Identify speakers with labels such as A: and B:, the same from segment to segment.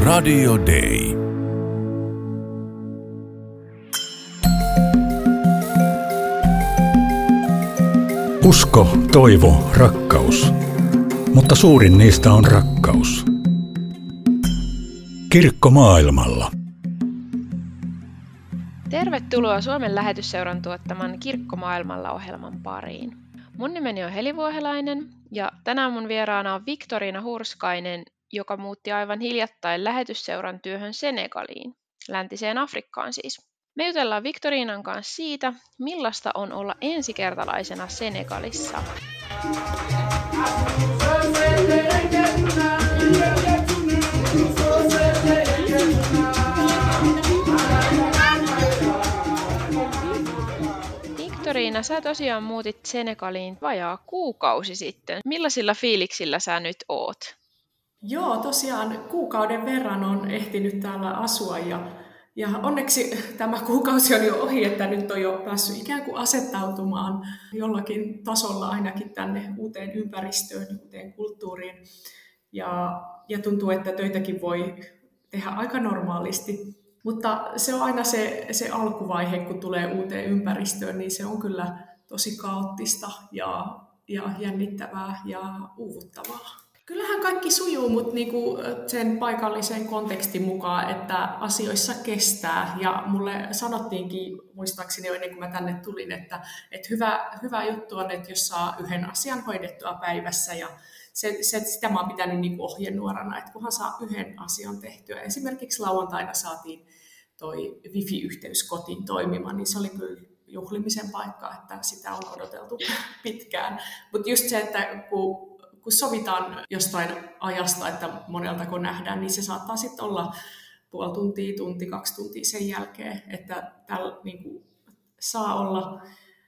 A: Radio Day.
B: Usko, toivo, rakkaus. Mutta suurin niistä on rakkaus. Kirkko maailmalla.
C: Tervetuloa Suomen Lähetysseuran tuottaman Kirkko maailmalla -ohjelman pariin. Mun nimeni on Heli Vuohelainen ja tänään mun vieraana on Viktoriina Hurskainen, joka muutti aivan hiljattain Lähetysseuran työhön Senegaliin, läntiseen Afrikkaan siis. Me jutellaan Viktoriinan kanssa siitä, millaista on olla ensikertalaisena Senegalissa. Viktoriina, sä tosiaan muutit Senegaliin vajaa kuukausi sitten. Millaisilla fiiliksillä sä nyt oot?
D: Joo, tosiaan kuukauden verran on ehtinyt täällä asua ja onneksi tämä kuukausi on jo ohi, että nyt on jo päässyt ikään kuin asettautumaan jollakin tasolla ainakin tänne uuteen ympäristöön, uuteen kulttuuriin. Ja tuntuu, että töitäkin voi tehdä aika normaalisti. Mutta se on aina se alkuvaihe, kun tulee uuteen ympäristöön, niin se on kyllä tosi kaoottista ja jännittävää ja uuvuttavaa. Kyllähän kaikki sujuu, mutta niinku sen paikallisen kontekstin mukaan, että asioissa kestää. Ja mulle sanottiinkin, muistaakseni jo ennen kuin mä tänne tulin, että hyvä juttu on, että jos saa yhden asian hoidettua päivässä. Ja sitä mä oon pitänyt niinku ohjenuorana, että kunhan saa yhden asian tehtyä. Esimerkiksi lauantaina saatiin toi wifi-yhteys kotiin toimimaan, niin se oli kyllä juhlimisen paikka, että sitä on odoteltu pitkään. Mutta just se, että kun sovitaan jostain ajasta, että moneltako nähdään, niin se saattaa sitten olla puoli tuntia, tunti, 2 tuntia sen jälkeen, että täällä niin saa olla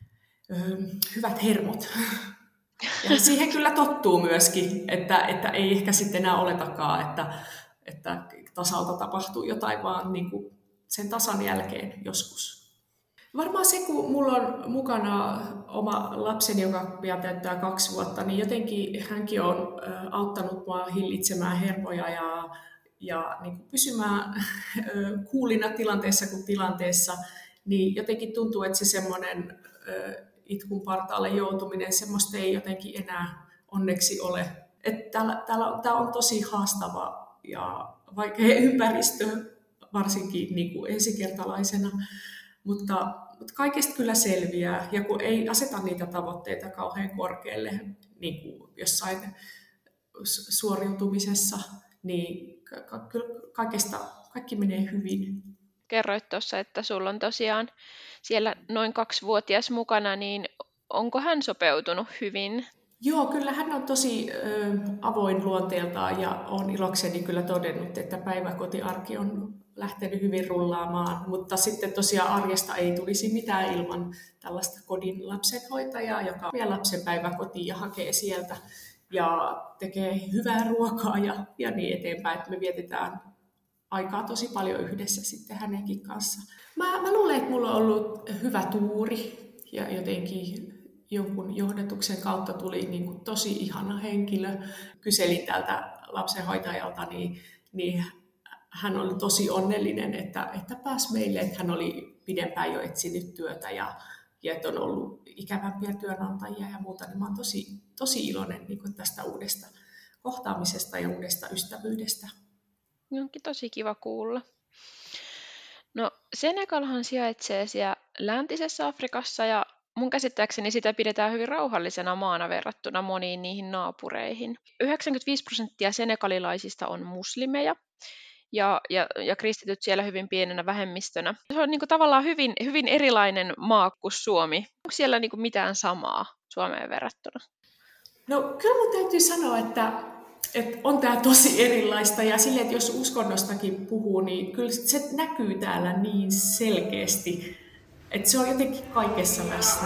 D: hyvät hermot. Ja siihen kyllä tottuu myöskin, että ei ehkä sitten enää oletakaan, että tasalta tapahtuu jotain, vaan niin kuin sen tasan jälkeen joskus. Varmaan se, kun mulla on mukana oma lapseni, joka pian täyttää 2 vuotta, niin jotenkin hänkin on auttanut mua hillitsemään hermoja ja niin kuin pysymään kuulina tilanteessa kuin tilanteessa. Niin jotenkin tuntuu, että se semmoinen itkun partaalle joutuminen, semmoista ei jotenkin enää onneksi ole. Tämä on tosi haastava ja vaikea ympäristö, varsinkin niin kuin ensikertalaisena. Mutta kaikesta kyllä selviää, ja kun ei aseta niitä tavoitteita kauhean korkealle niin kuin jossain suoriutumisessa, niin kaikki menee hyvin.
C: Kerroit tuossa, että sulla on tosiaan siellä noin 2-vuotias mukana, niin onko hän sopeutunut hyvin?
D: Joo, kyllä hän on tosi avoin luonteeltaan ja olen ilokseni kyllä todennut, että päiväkotiarki on lähtenyt hyvin rullaamaan, mutta sitten tosiaan arjesta ei tulisi mitään ilman tällaista kodin lapsenhoitajaa, joka vie lapsen päiväkotiin ja hakee sieltä ja tekee hyvää ruokaa ja niin eteenpäin, että me vietetään aikaa tosi paljon yhdessä sitten hänenkin kanssa. Mä luulen, että mulla on ollut hyvä tuuri ja jotenkin jonkun johdatuksen kautta tuli niin kuin tosi ihana henkilö. Kyselin tältä lapsenhoitajalta, niin hän oli tosi onnellinen, että pääsi meille, että hän oli pidempään jo etsinyt työtä ja että on ollut ikävämpiä työnantajia ja muuta. Niin mä oon tosi iloinen niin kuin tästä uudesta kohtaamisesta ja uudesta ystävyydestä.
C: Onkin tosi kiva kuulla. No, Senegalhan sijaitsee siellä läntisessä Afrikassa ja mun käsittääkseni sitä pidetään hyvin rauhallisena maana verrattuna moniin niihin naapureihin. 95% senegalilaisista on muslimeja ja kristityt siellä hyvin pienenä vähemmistönä. Se on niin kuin tavallaan hyvin erilainen maa kuin Suomi. Onko siellä niin kuin mitään samaa Suomeen verrattuna?
D: No kyllä mun täytyy sanoa, että on tämä tosi erilaista ja silleen, että jos uskonnostakin puhuu, niin kyllä se näkyy täällä niin selkeästi, että se on jotenkin kaikessa läsnä.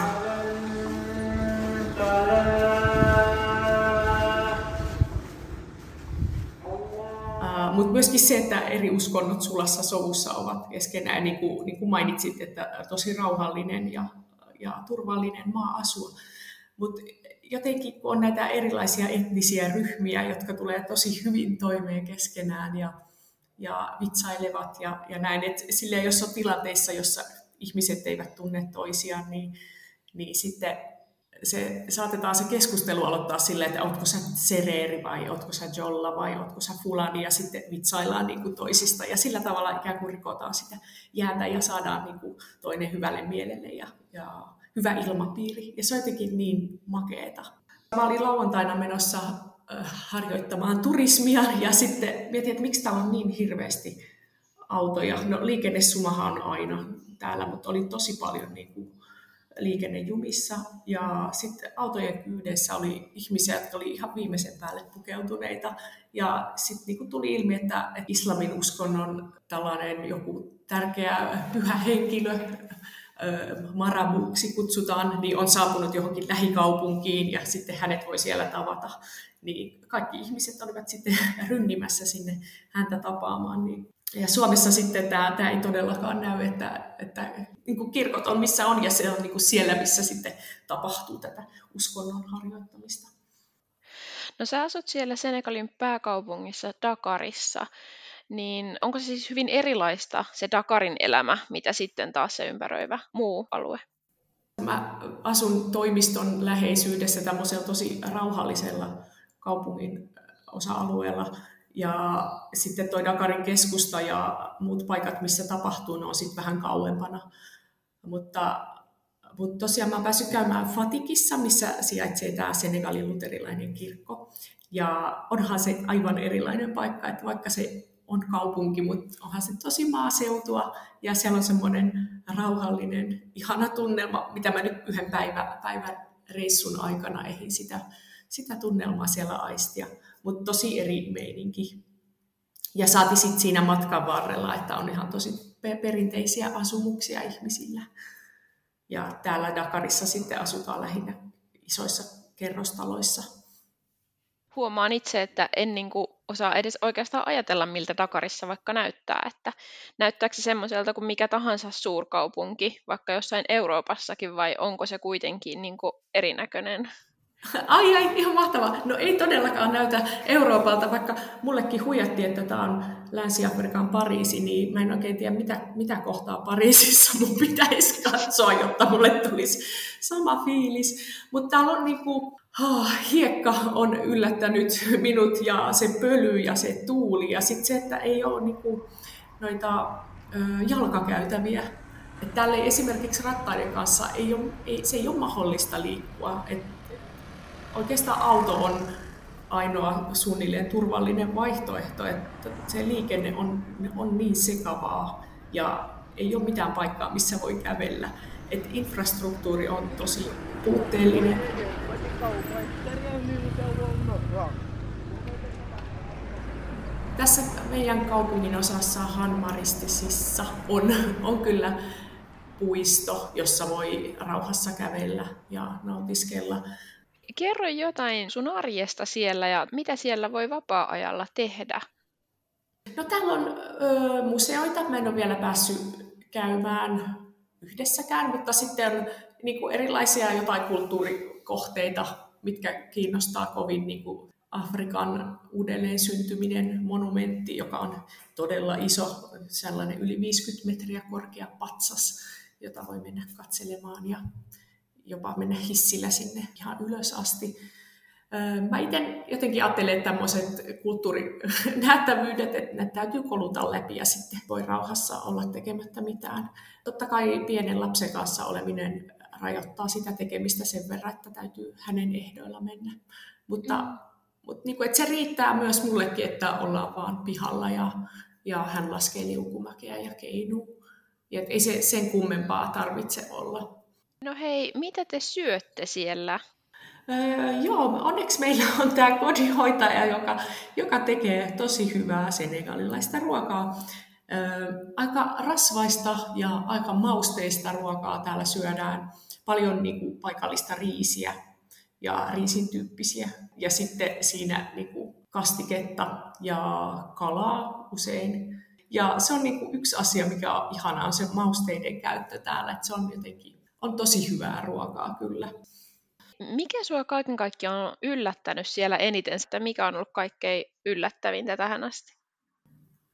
D: Mutta myöskin se, että eri uskonnot sulassa sovussa ovat keskenään, niin kuin mainitsit, että tosi rauhallinen ja turvallinen maa asua. Mutta jotenkin kun on näitä erilaisia etnisiä ryhmiä, jotka tulee tosi hyvin toimeen keskenään ja vitsailevat ja näin. Et silleen, jos on tilanteissa, jossa ihmiset eivät tunne toisiaan, niin sitten saatetaan se keskustelu aloittaa silleen, että ootko sä sereeri vai ootko sä jolla vai ootko sä fulani, ja sitten vitsaillaan niin kuin toisista. Ja sillä tavalla ikään kuin rikotaan sitä jäätä ja saadaan niin kuin toinen hyvälle mielelle ja hyvä ilmapiiri. Ja se on jotenkin niin makeeta. Mä olin lauantaina menossa harjoittamaan turismia ja sitten mietin, että miksi täällä on niin hirveästi autoja. No liikennesumahan on aina täällä, mutta oli tosi paljon niin kuin liikennejumissa ja sitten autojen kyydessä oli ihmisiä, jotka oli ihan viimeisen päälle pukeutuneita ja sitten niin kuin tuli ilmi, että islamin uskonnon tällainen joku tärkeä pyhä henkilö, Marabuksi kutsutaan, niin on saapunut johonkin lähikaupunkiin ja sitten hänet voi siellä tavata. Niin kaikki ihmiset olivat sitten rynnimässä sinne häntä tapaamaan. Ja Suomessa sitten tämä ei todellakaan näy, että niin kuin kirkot on missä on ja se on niin kuin siellä, missä sitten tapahtuu tätä uskonnon harjoittamista.
C: No sä asut siellä Senegalin pääkaupungissa Dakarissa, niin onko se siis hyvin erilaista se Dakarin elämä, mitä sitten taas se ympäröivä muu alue?
D: Mä asun toimiston läheisyydessä tämmöisellä tosi rauhallisella kaupungin osa-alueella. Ja sitten toi Dakarin keskusta ja muut paikat, missä tapahtuu, ne on sitten vähän kauempana. Mutta tosiaan mä oon päässyt käymään Fatikissa, missä sijaitsee tämä Senegalin luterilainen kirkko. Ja onhan se aivan erilainen paikka, että vaikka se on kaupunki, mutta onhan se tosi maaseutua. Ja siellä on semmoinen rauhallinen, ihana tunnelma, mitä mä nyt yhden päivän reissun aikana ehdin sitä tunnelmaa siellä aistia. Mutta tosi eri meininki. Ja saati sitten siinä matkan varrella, että on ihan tosi perinteisiä asumuksia ihmisillä. Ja täällä Dakarissa sitten asutaan lähinnä isoissa kerrostaloissa.
C: Huomaan itse, että en osaa edes oikeastaan ajatella, miltä Dakarissa vaikka näyttää. Että näyttääkö se semmoiselta kuin mikä tahansa suurkaupunki, vaikka jossain Euroopassakin, vai onko se kuitenkin erinäköinen?
D: Ai, ihan mahtavaa. No ei todellakaan näytä Euroopalta, vaikka mullekin huijattiin, että tämä on Länsi-Afrikan Pariisi, niin mä en oikein tiedä, mitä kohtaa Pariisissa mun pitäisi katsoa, jotta mulle tulisi sama fiilis. Mutta täällä on hiekka on yllättänyt minut ja se pöly ja se tuuli ja sitten se, että ei ole noita jalkakäytäviä. Että täällä ei esimerkiksi rattaiden kanssa se ei ole mahdollista liikkua. Oikeastaan auto on ainoa suunnilleen turvallinen vaihtoehto, että se liikenne on niin sekavaa ja ei ole mitään paikkaa, missä voi kävellä. Että infrastruktuuri on tosi puutteellinen. Tässä meidän kaupungin osassa Hanmaristisissa on kyllä puisto, jossa voi rauhassa kävellä ja nautiskella.
C: Kerro jotain sun arjesta siellä ja mitä siellä voi vapaa-ajalla tehdä?
D: No täällä on museoita. Mä en ole vielä päässyt käymään yhdessäkään, mutta sitten on erilaisia jotain kulttuurikohteita, mitkä kiinnostaa kovin, Afrikan uudelleen syntyminen monumentti, joka on todella iso, sellainen yli 50 metriä korkea patsas, jota voi mennä katselemaan ja jopa mennä hissillä sinne ihan ylös asti. Mä itse jotenkin ajattelen, että tämmöiset kulttuurinäyttävyydet, että ne täytyy koluta läpi ja sitten voi rauhassa olla tekemättä mitään. Totta kai pienen lapsen kanssa oleminen rajoittaa sitä tekemistä sen verran, että täytyy hänen ehdoilla mennä. Mutta että se riittää myös mullekin, että ollaan vaan pihalla ja hän laskee liukumäkeä ja keinuu. Ja ei se sen kummempaa tarvitse olla.
C: No hei, mitä te syötte siellä?
D: Joo, onneksi meillä on tämä kodinhoitaja, joka tekee tosi hyvää senegalilaista ruokaa. Aika rasvaista ja aika mausteista ruokaa täällä syödään. Paljon paikallista riisiä ja riisin tyyppisiä. Ja sitten siinä kastiketta ja kalaa usein. Ja se on yksi asia, mikä on ihanaa, on se mausteiden käyttö täällä. Että se on jotenkin tosi hyvää ruokaa kyllä.
C: Mikä sua kaiken kaikkiaan on yllättänyt siellä eniten? Mikä on ollut kaikkein yllättävintä tähän asti?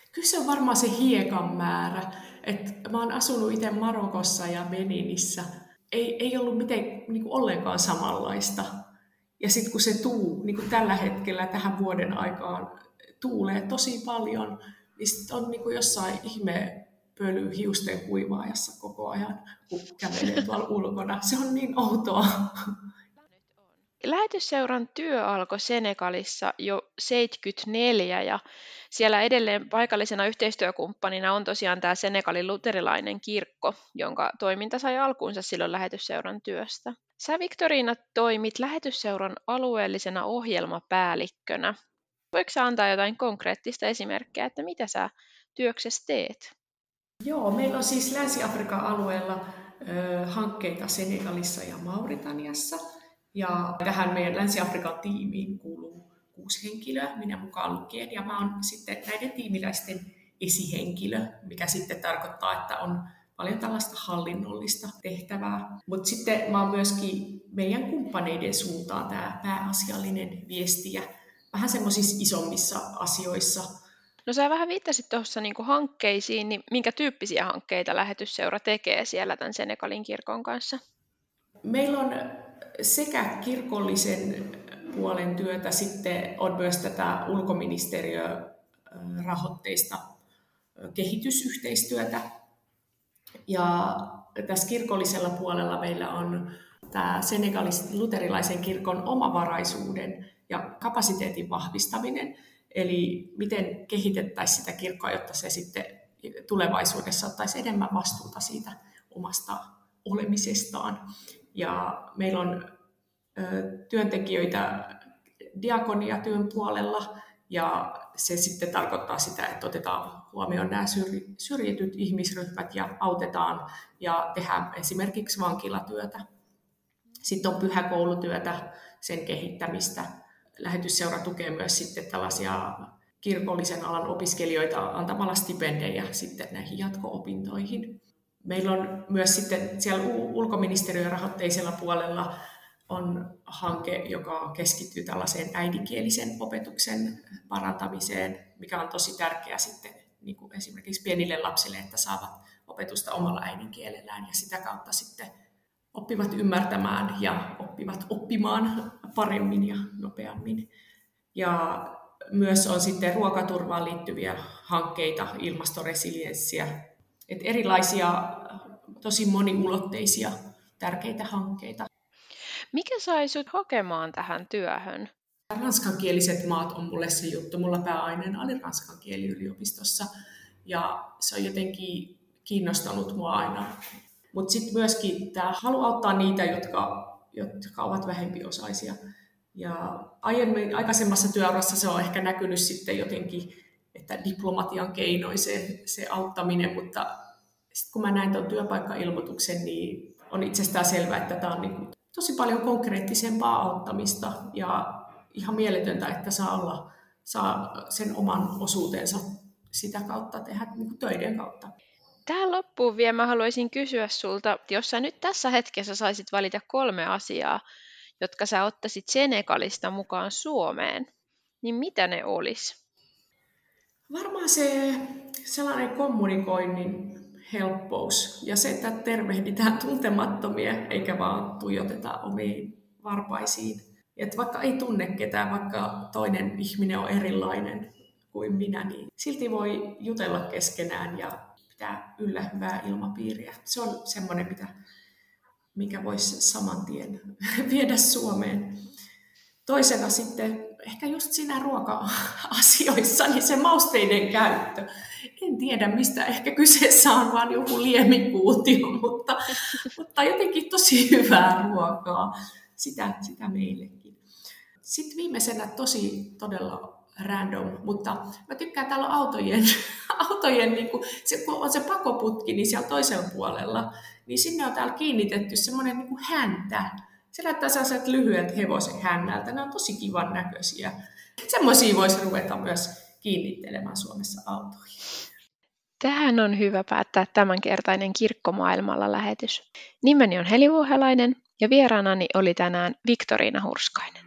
D: Kyllä se on varmaan se hiekan määrä. Mä oon asunut itse Marokossa ja Beninissä. Ei ollut miten, niin kuin ollenkaan samanlaista. Ja sitten kun se niin kuin tällä hetkellä tähän vuoden aikaan tuulee tosi paljon, niin sit on niin kuin jossain ihme pöly hiusten kuivaajassa koko ajan, kun kävelee tuolla ulkona. Se on niin outoa.
C: Lähetysseuran työ alkoi Senegalissa jo 1974 ja siellä edelleen paikallisena yhteistyökumppanina on tosiaan tämä Senegalin luterilainen kirkko, jonka toiminta sai alkuunsa silloin lähetysseuran työstä. Sä, Victorina, toimit lähetysseuran alueellisena ohjelmapäällikkönä. Voitko sä antaa jotain konkreettista esimerkkejä, että mitä sä työksessä teet?
D: Joo, meillä on siis Länsi-Afrikan alueella hankkeita Senegalissa ja Mauritaniassa. Ja tähän meidän Länsi-Afrikan tiimiin kuuluu 6 henkilöä, minä mukaan lukien. Ja mä oon sitten näiden tiimiläisten esihenkilö, mikä sitten tarkoittaa, että on paljon tällaista hallinnollista tehtävää. Mutta sitten mä oon myöskin meidän kumppaneiden suuntaan tämä pääasiallinen viestiä vähän semmoisissa isommissa asioissa.
C: No sä vähän viittasit tuossa niinku hankkeisiin, niin minkä tyyppisiä hankkeita lähetysseura tekee siellä tämän Senegalin kirkon kanssa?
D: Meillä on sekä kirkollisen puolen työtä, sitten on myös tätä ulkoministeriörahoitteista kehitysyhteistyötä. Ja tässä kirkollisella puolella meillä on tämä Senegalin luterilaisen kirkon omavaraisuuden ja kapasiteetin vahvistaminen. Eli miten kehitettäisiin sitä kirkkoa, jotta se sitten tulevaisuudessa ottaisi enemmän vastuuta siitä omasta olemisestaan. Ja meillä on työntekijöitä diakoniatyön puolella, ja se sitten tarkoittaa sitä, että otetaan huomioon nämä syrjityt ihmisryhmät ja autetaan ja tehdään esimerkiksi vankilatyötä. Sitten on pyhäkoulutyötä, sen kehittämistä. Lähetysseura tukee myös sitten tällaisia kirkollisen alan opiskelijoita antamalla stipendejä sitten näihin jatko-opintoihin. Meillä on myös sitten siellä ulkoministeriön rahoitteisella puolella on hanke, joka keskittyy tällaiseen äidinkielisen opetuksen parantamiseen, mikä on tosi tärkeää sitten niin kuin esimerkiksi pienille lapsille, että saavat opetusta omalla äidinkielellään ja sitä kautta sitten oppivat ymmärtämään ja oppivat oppimaan paremmin ja nopeammin. Ja myös on sitten ruokaturvaan liittyviä hankkeita, ilmastoresilienssiä, että erilaisia tosi moniulotteisia tärkeitä hankkeita.
C: Mikä sai sut hakemaan tähän työhön?
D: Ranskankieliset maat on mulle se juttu. Mulla pääaineena oli ranskan kieli yliopistossa ja se on jotenkin kiinnostanut mua aina. Mutta sitten myöskin tämä halu auttaa niitä, jotka ovat vähempiosaisia. Ja aikaisemmassa työurassa se on ehkä näkynyt sitten jotenkin, että diplomatian keinoin se auttaminen, mutta sitten kun mä näin tuon työpaikkailmoituksen, niin on itsestään selvää, että tämä on niin tosi paljon konkreettisempaa auttamista ja ihan mieletöntä, että saa sen oman osuutensa sitä kautta tehdä niin töiden kautta.
C: Tähän loppuun vielä mä haluaisin kysyä sulta, jos sä nyt tässä hetkessä saisit valita 3 asiaa, jotka sä ottaisit Senegalista mukaan Suomeen, niin mitä ne olisi?
D: Varmaan se sellainen kommunikoinnin helppous ja se, että tervehditään tuntemattomia eikä vaan tuijoteta omiin varpaisiin. Että vaikka ei tunne ketään, vaikka toinen ihminen on erilainen kuin minä, niin silti voi jutella keskenään ja pitää yllä hyvää ilmapiiriä. Se on semmoinen, mikä voisi saman tien viedä Suomeen. Toisena sitten ehkä just siinä ruoka-asioissa, niin se mausteiden käyttö. En tiedä, mistä ehkä kyseessä on vaan joku liemikuutio, mutta jotenkin tosi hyvää ruokaa. Sitä meillekin. Sitten viimeisenä todella random, mutta mä tykkään täällä autojen niin kun on se pakoputki, niin siellä toisella puolella, niin sinne on täällä kiinnitetty semmoinen niin kuin häntä. Se näyttää sellaiset lyhyet hevosen hännältä. Ne on tosi kivan näköisiä. Semmoisia voisi ruveta myös kiinnittelemään Suomessa autoihin.
C: Tähän on hyvä päättää tämänkertainen Kirkkomaailmalla lähetys. Nimeni on Heli Vuohelainen ja vieraanani oli tänään Victorina Hurskainen.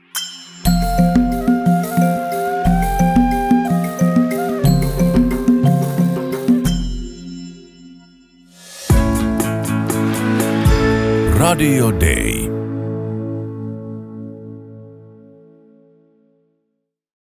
A: Radio Day.